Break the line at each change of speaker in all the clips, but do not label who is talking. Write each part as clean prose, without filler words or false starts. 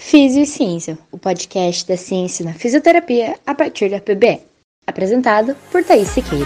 Físio e Ciência, o podcast da ciência na fisioterapia a partir da PBE. Apresentado por Thaís Siqueira.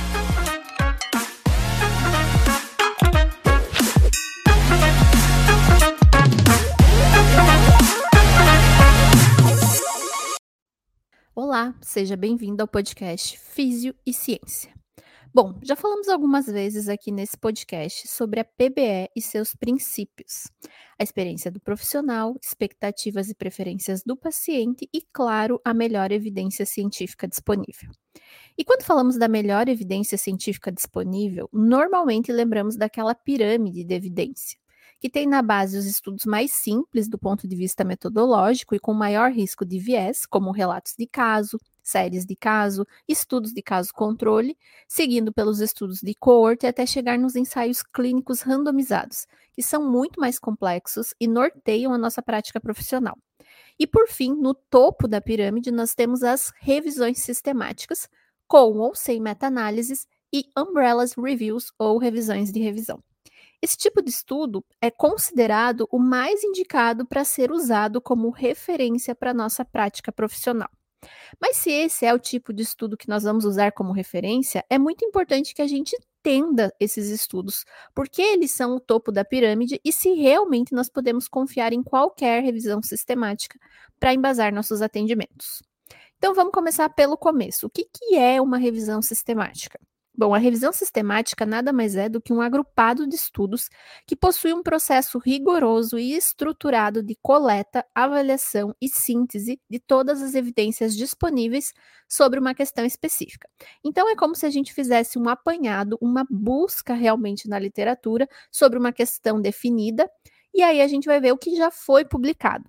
Olá, seja bem-vindo ao podcast Físio e Ciência. Bom, já falamos algumas vezes aqui nesse podcast sobre a PBE e seus princípios, a experiência do profissional, expectativas e preferências do paciente e, claro, a melhor evidência científica disponível. E quando falamos da melhor evidência científica disponível, normalmente lembramos daquela pirâmide de evidência, que tem na base os estudos mais simples do ponto de vista metodológico e com maior risco de viés, como relatos de caso, séries de caso, estudos de caso-controle, seguindo pelos estudos de coorte até chegar nos ensaios clínicos randomizados, que são muito mais complexos e norteiam a nossa prática profissional. E, por fim, no topo da pirâmide, nós temos as revisões sistemáticas, com ou sem meta-análises, e umbrellas reviews, ou revisões de revisão. Esse tipo de estudo é considerado o mais indicado para ser usado como referência para a nossa prática profissional. Mas se esse é o tipo de estudo que nós vamos usar como referência, é muito importante que a gente entenda esses estudos, porque eles são o topo da pirâmide e se realmente nós podemos confiar em qualquer revisão sistemática para embasar nossos atendimentos. Então vamos começar pelo começo. O que é uma revisão sistemática? Bom, a revisão sistemática nada mais é do que um agrupado de estudos que possui um processo rigoroso e estruturado de coleta, avaliação e síntese de todas as evidências disponíveis sobre uma questão específica. Então, é como se a gente fizesse um apanhado, uma busca realmente na literatura sobre uma questão definida, e aí a gente vai ver o que já foi publicado.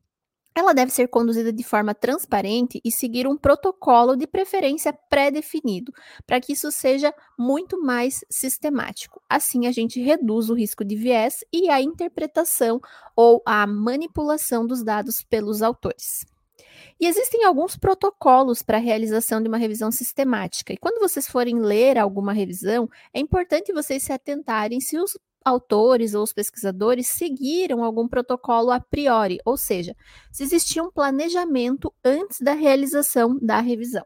Ela deve ser conduzida de forma transparente e seguir um protocolo de preferência pré-definido, para que isso seja muito mais sistemático. Assim, a gente reduz o risco de viés e a interpretação ou a manipulação dos dados pelos autores. E existem alguns protocolos para a realização de uma revisão sistemática. E quando vocês forem ler alguma revisão, é importante vocês se atentarem se os autores ou os pesquisadores seguiram algum protocolo a priori, ou seja, se existia um planejamento antes da realização da revisão.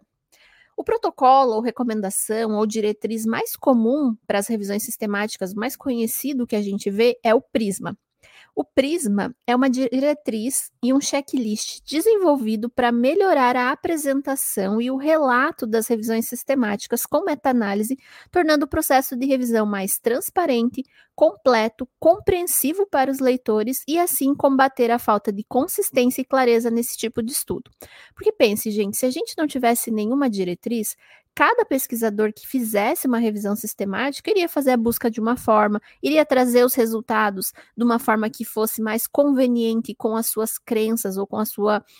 O protocolo ou recomendação ou diretriz mais comum para as revisões sistemáticas, mais conhecido que a gente vê é o PRISMA. O PRISMA é uma diretriz e um checklist desenvolvido para melhorar a apresentação e o relato das revisões sistemáticas com meta-análise, tornando o processo de revisão mais transparente, completo, compreensivo para os leitores e assim combater a falta de consistência e clareza nesse tipo de estudo. Porque pense, gente, se a gente não tivesse nenhuma diretriz, cada pesquisador que fizesse uma revisão sistemática iria fazer a busca de uma forma, iria trazer os resultados de uma forma que fosse mais conveniente com as suas crenças ou com a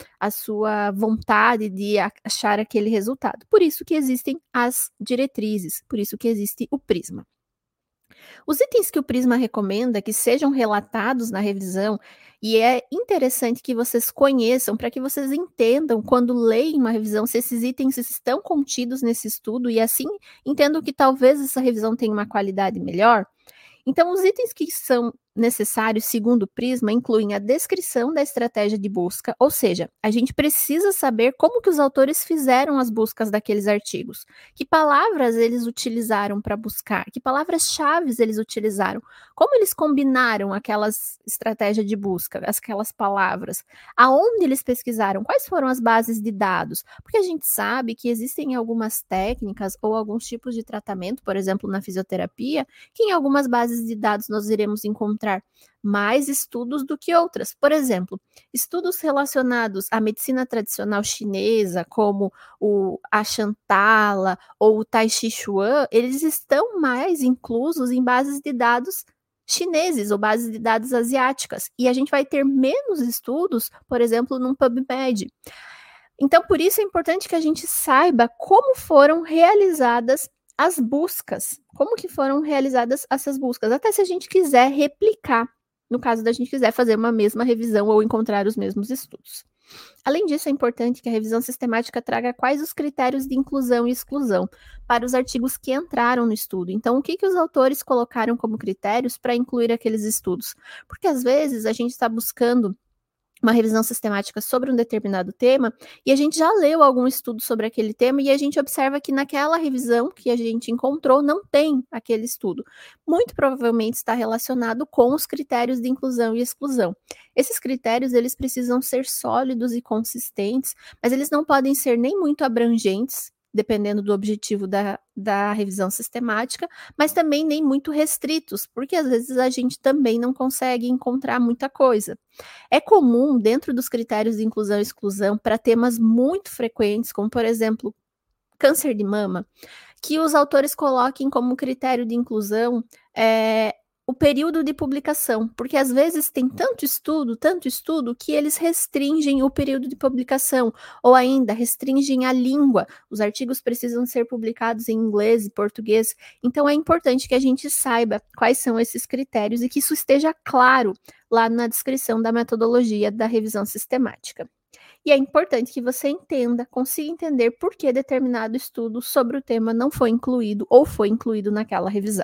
sua vontade de achar aquele resultado. Por isso que existem as diretrizes, por isso que existe o PRISMA. Os itens que o PRISMA recomenda que sejam relatados na revisão, e é interessante que vocês conheçam, para que vocês entendam, quando leem uma revisão, se esses itens estão contidos nesse estudo, e assim entendam que talvez essa revisão tenha uma qualidade melhor. Então, os itens que são necessários, segundo o PRISMA, incluem a descrição da estratégia de busca, ou seja, a gente precisa saber como que os autores fizeram as buscas daqueles artigos, que palavras eles utilizaram para buscar, que palavras-chave eles utilizaram, como eles combinaram aquelas estratégias de busca, aquelas palavras, aonde eles pesquisaram, quais foram as bases de dados, porque a gente sabe que existem algumas técnicas ou alguns tipos de tratamento, por exemplo, na fisioterapia, que em algumas bases de dados nós iremos encontrar mais estudos do que outras. Por exemplo, estudos relacionados à medicina tradicional chinesa, como o Ashantala ou o Tai Chi Chuan, eles estão mais inclusos em bases de dados chineses ou bases de dados asiáticas. E a gente vai ter menos estudos, por exemplo, num PubMed. Então, por isso é importante que a gente saiba como foram realizadas as buscas, como que foram realizadas essas buscas, até se a gente quiser replicar, no caso da gente quiser fazer uma mesma revisão ou encontrar os mesmos estudos. Além disso, é importante que a revisão sistemática traga quais os critérios de inclusão e exclusão para os artigos que entraram no estudo. Então, o que os autores colocaram como critérios para incluir aqueles estudos? Porque às vezes a gente está buscando uma revisão sistemática sobre um determinado tema, e a gente já leu algum estudo sobre aquele tema, e a gente observa que naquela revisão que a gente encontrou não tem aquele estudo. Muito provavelmente está relacionado com os critérios de inclusão e exclusão. Esses critérios, eles precisam ser sólidos e consistentes, mas eles não podem ser nem muito abrangentes, dependendo do objetivo da revisão sistemática, mas também nem muito restritos, porque às vezes a gente também não consegue encontrar muita coisa. É comum, dentro dos critérios de inclusão e exclusão, para temas muito frequentes, como, por exemplo, câncer de mama, que os autores coloquem como critério de inclusão o período de publicação, porque às vezes tem tanto estudo, que eles restringem o período de publicação, ou ainda restringem a língua. Os artigos precisam ser publicados em inglês e português, então é importante que a gente saiba quais são esses critérios e que isso esteja claro lá na descrição da metodologia da revisão sistemática. E é importante que você entenda, consiga entender por que determinado estudo sobre o tema não foi incluído ou foi incluído naquela revisão.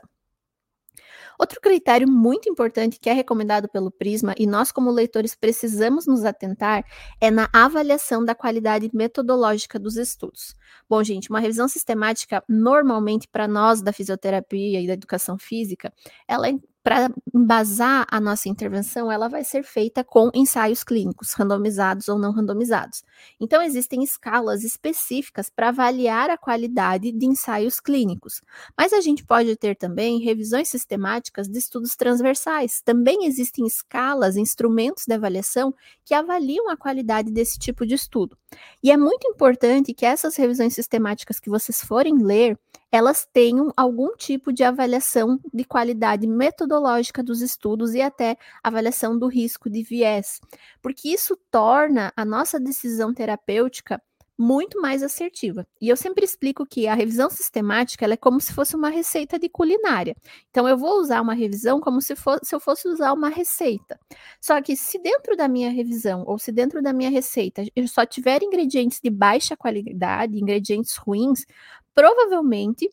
Outro critério muito importante que é recomendado pelo Prisma e nós como leitores precisamos nos atentar é na avaliação da qualidade metodológica dos estudos. Bom, gente, uma revisão sistemática normalmente para nós da fisioterapia e da educação física, ela para embasar a nossa intervenção, ela vai ser feita com ensaios clínicos, randomizados ou não randomizados. Então, existem escalas específicas para avaliar a qualidade de ensaios clínicos. Mas a gente pode ter também revisões sistemáticas de estudos transversais. Também existem escalas, instrumentos de avaliação que avaliam a qualidade desse tipo de estudo. E é muito importante que essas revisões sistemáticas que vocês forem ler, elas tenham algum tipo de avaliação de qualidade metodológica dos estudos e até avaliação do risco de viés, porque isso torna a nossa decisão terapêutica muito mais assertiva. E eu sempre explico que a revisão sistemática ela é como se fosse uma receita de culinária. Então, eu vou usar uma revisão como se eu fosse usar uma receita. Só que se dentro da minha revisão ou se dentro da minha receita eu só tiver ingredientes de baixa qualidade, ingredientes ruins, provavelmente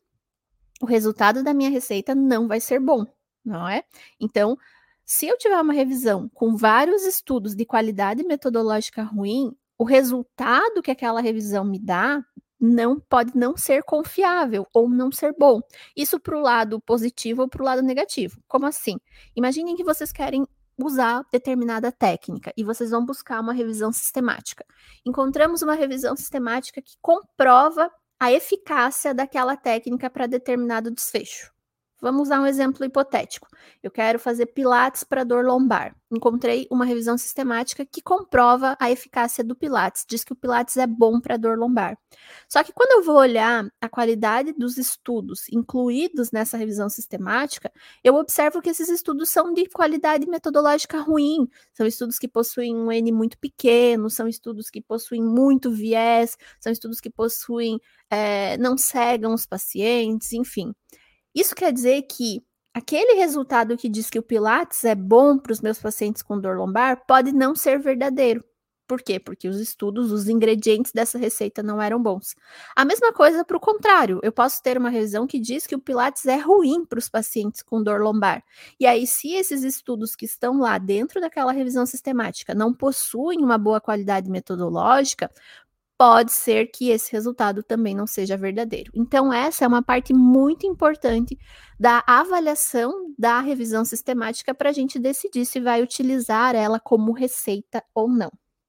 o resultado da minha receita não vai ser bom, não é? Então, se eu tiver uma revisão com vários estudos de qualidade metodológica ruim, o resultado que aquela revisão me dá não pode não ser confiável ou não ser bom. Isso para o lado positivo ou para o lado negativo. Como assim? Imaginem que vocês querem usar determinada técnica e vocês vão buscar uma revisão sistemática. Encontramos uma revisão sistemática que comprova a eficácia daquela técnica para determinado desfecho. Vamos usar um exemplo hipotético. Eu quero fazer pilates para dor lombar. Encontrei uma revisão sistemática que comprova a eficácia do pilates, diz que o pilates é bom para dor lombar. Só que quando eu vou olhar a qualidade dos estudos incluídos nessa revisão sistemática, eu observo que esses estudos são de qualidade metodológica ruim. São estudos que possuem um N muito pequeno, são estudos que possuem muito viés, são estudos que possuem, não cegam os pacientes, enfim. Isso quer dizer que aquele resultado que diz que o Pilates é bom para os meus pacientes com dor lombar pode não ser verdadeiro. Por quê? Porque os estudos, os ingredientes dessa receita não eram bons. A mesma coisa para o contrário. Eu posso ter uma revisão que diz que o Pilates é ruim para os pacientes com dor lombar. E aí, se esses estudos que estão lá dentro daquela revisão sistemática não possuem uma boa qualidade metodológica, pode ser que esse resultado também não seja verdadeiro. Então, essa é uma parte muito importante da avaliação da revisão sistemática para a gente decidir se vai utilizar ela como receita ou não.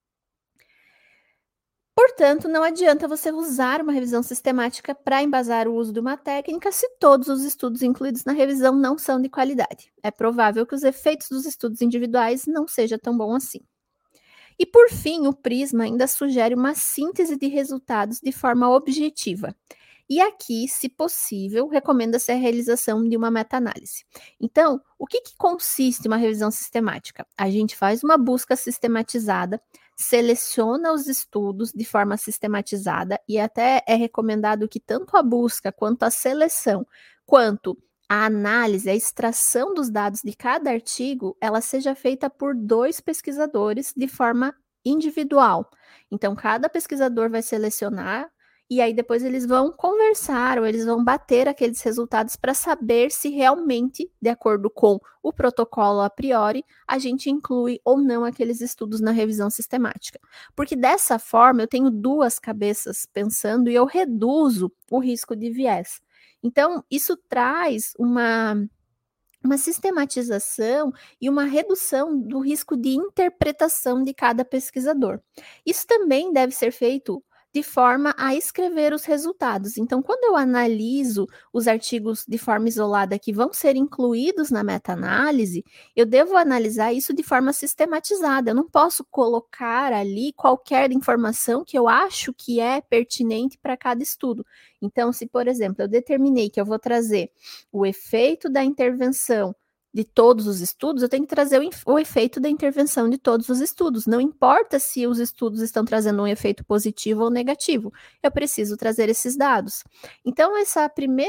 Portanto, não adianta você usar uma revisão sistemática para embasar o uso de uma técnica se todos os estudos incluídos na revisão não são de qualidade. É provável que os efeitos dos estudos individuais não sejam tão bons assim. E, por fim, o Prisma ainda sugere uma síntese de resultados de forma objetiva. E aqui, se possível, recomenda-se a realização de uma meta-análise. Então, o que consiste uma revisão sistemática? A gente faz uma busca sistematizada, seleciona os estudos de forma sistematizada e até é recomendado que tanto a busca quanto a seleção, quanto a análise, a extração dos dados de cada artigo, ela seja feita por 2 pesquisadores de forma individual. Então, cada pesquisador vai selecionar e aí depois eles vão conversar ou eles vão bater aqueles resultados para saber se realmente, de acordo com o protocolo a priori, a gente inclui ou não aqueles estudos na revisão sistemática. Porque dessa forma eu tenho duas cabeças pensando e eu reduzo o risco de viés. Então, isso traz uma sistematização e uma redução do risco de interpretação de cada pesquisador. Isso também deve ser feito de forma a escrever os resultados. Então, quando eu analiso os artigos de forma isolada que vão ser incluídos na meta-análise, eu devo analisar isso de forma sistematizada. Eu não posso colocar ali qualquer informação que eu acho que é pertinente para cada estudo. Então, se, por exemplo, eu determinei que eu vou trazer o efeito da intervenção de todos os estudos, eu tenho que trazer o efeito da intervenção de todos os estudos. Não importa se os estudos estão trazendo um efeito positivo ou negativo, eu preciso trazer esses dados. Então, essa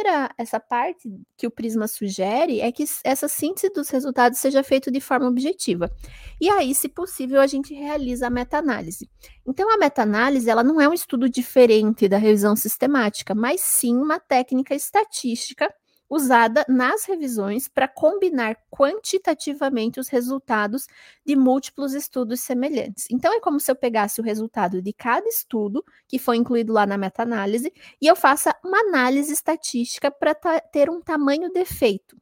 parte que o Prisma sugere é que essa síntese dos resultados seja feita de forma objetiva. E aí, se possível, a gente realiza a meta-análise. Então, a meta-análise, ela não é um estudo diferente da revisão sistemática, mas sim uma técnica estatística usada nas revisões para combinar quantitativamente os resultados de múltiplos estudos semelhantes. Então, é como se eu pegasse o resultado de cada estudo que foi incluído lá na meta-análise e eu faça uma análise estatística para ter um tamanho de efeito.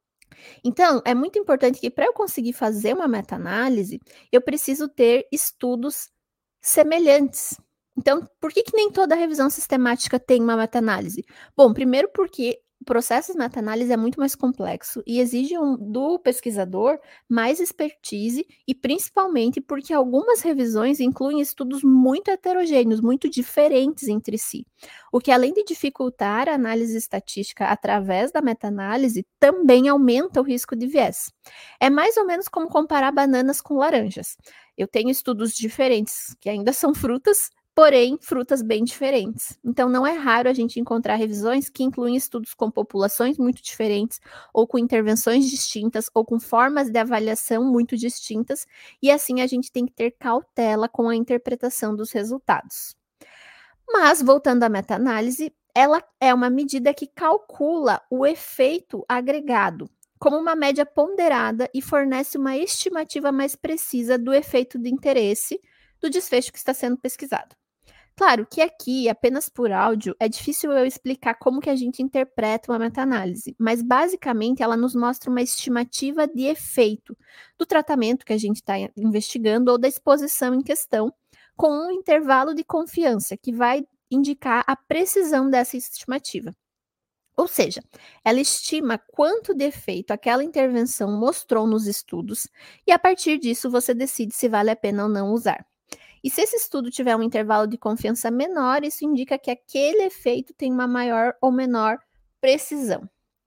Então, é muito importante que para eu conseguir fazer uma meta-análise, eu preciso ter estudos semelhantes. Então, por que nem toda revisão sistemática tem uma meta-análise? Bom, primeiro porque o processo de meta-análise é muito mais complexo e exige do pesquisador mais expertise e principalmente porque algumas revisões incluem estudos muito heterogêneos, muito diferentes entre si, o que além de dificultar a análise estatística através da meta-análise, também aumenta o risco de viés. É mais ou menos como comparar bananas com laranjas. Eu tenho estudos diferentes, que ainda são frutas, porém frutas bem diferentes. Então, não é raro a gente encontrar revisões que incluem estudos com populações muito diferentes, ou com intervenções distintas, ou com formas de avaliação muito distintas, e assim a gente tem que ter cautela com a interpretação dos resultados. Mas, voltando à meta-análise, ela é uma medida que calcula o efeito agregado, como uma média ponderada e fornece uma estimativa mais precisa do efeito de interesse do desfecho que está sendo pesquisado. Claro que aqui, apenas por áudio, é difícil eu explicar como que a gente interpreta uma meta-análise, mas basicamente ela nos mostra uma estimativa de efeito do tratamento que a gente está investigando ou da exposição em questão, com um intervalo de confiança que vai indicar a precisão dessa estimativa. Ou seja, ela estima quanto de efeito aquela intervenção mostrou nos estudos e a partir disso você decide se vale a pena ou não usar. E se esse estudo tiver um intervalo de confiança menor, isso indica que aquele efeito tem uma maior ou menor precisão.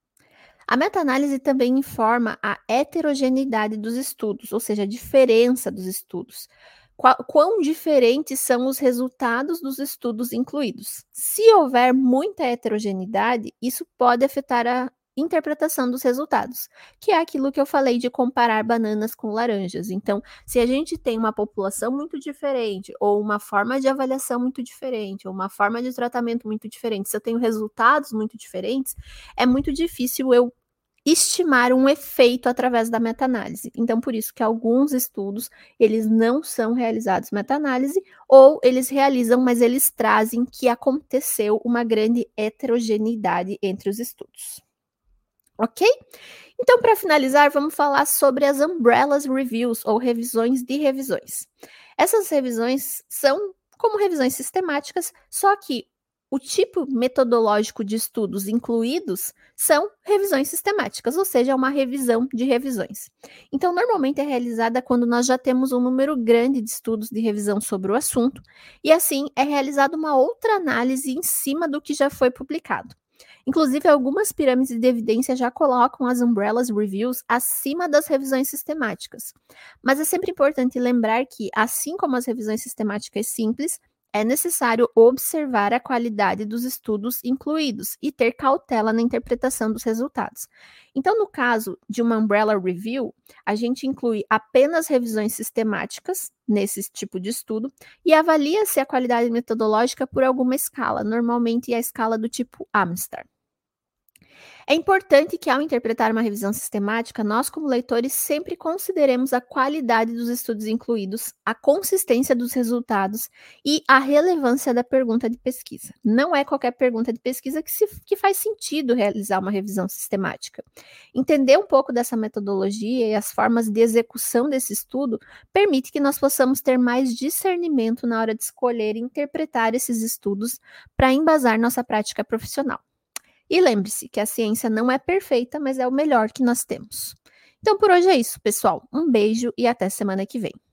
A meta-análise também informa a heterogeneidade dos estudos, ou seja, a diferença dos estudos. Quão diferentes são os resultados dos estudos incluídos. Se houver muita heterogeneidade, isso pode afetar a interpretação dos resultados, que é aquilo que eu falei de comparar bananas com laranjas. Então, se a gente tem uma população muito diferente, ou uma forma de avaliação muito diferente, ou uma forma de tratamento muito diferente, se eu tenho resultados muito diferentes, é muito difícil eu estimar um efeito através da meta-análise. Então, por isso que alguns estudos, eles não são realizados meta-análise, ou eles realizam, mas eles trazem que aconteceu uma grande heterogeneidade entre os estudos. Ok? Então, para finalizar, vamos falar sobre as Umbrellas Reviews, ou revisões de revisões. Essas revisões são como revisões sistemáticas, só que o tipo metodológico de estudos incluídos são revisões sistemáticas, ou seja, é uma revisão de revisões. Então, normalmente é realizada quando nós já temos um número grande de estudos de revisão sobre o assunto, e assim é realizada uma outra análise em cima do que já foi publicado. Inclusive, algumas pirâmides de evidência já colocam as Umbrellas Reviews acima das revisões sistemáticas. Mas é sempre importante lembrar que, assim como as revisões sistemáticas simples, é necessário observar a qualidade dos estudos incluídos e ter cautela na interpretação dos resultados. Então, no caso de uma Umbrella Review, a gente inclui apenas revisões sistemáticas nesse tipo de estudo e avalia-se a qualidade metodológica por alguma escala, normalmente a escala do tipo Amstar. É importante que, ao interpretar uma revisão sistemática, nós, como leitores, sempre consideremos a qualidade dos estudos incluídos, a consistência dos resultados e a relevância da pergunta de pesquisa. Não é qualquer pergunta de pesquisa que faz sentido realizar uma revisão sistemática. Entender um pouco dessa metodologia e as formas de execução desse estudo permite que nós possamos ter mais discernimento na hora de escolher e interpretar esses estudos para embasar nossa prática profissional. E lembre-se que a ciência não é perfeita, mas é o melhor que nós temos. Então, por hoje é isso, pessoal. Um beijo e até semana que vem.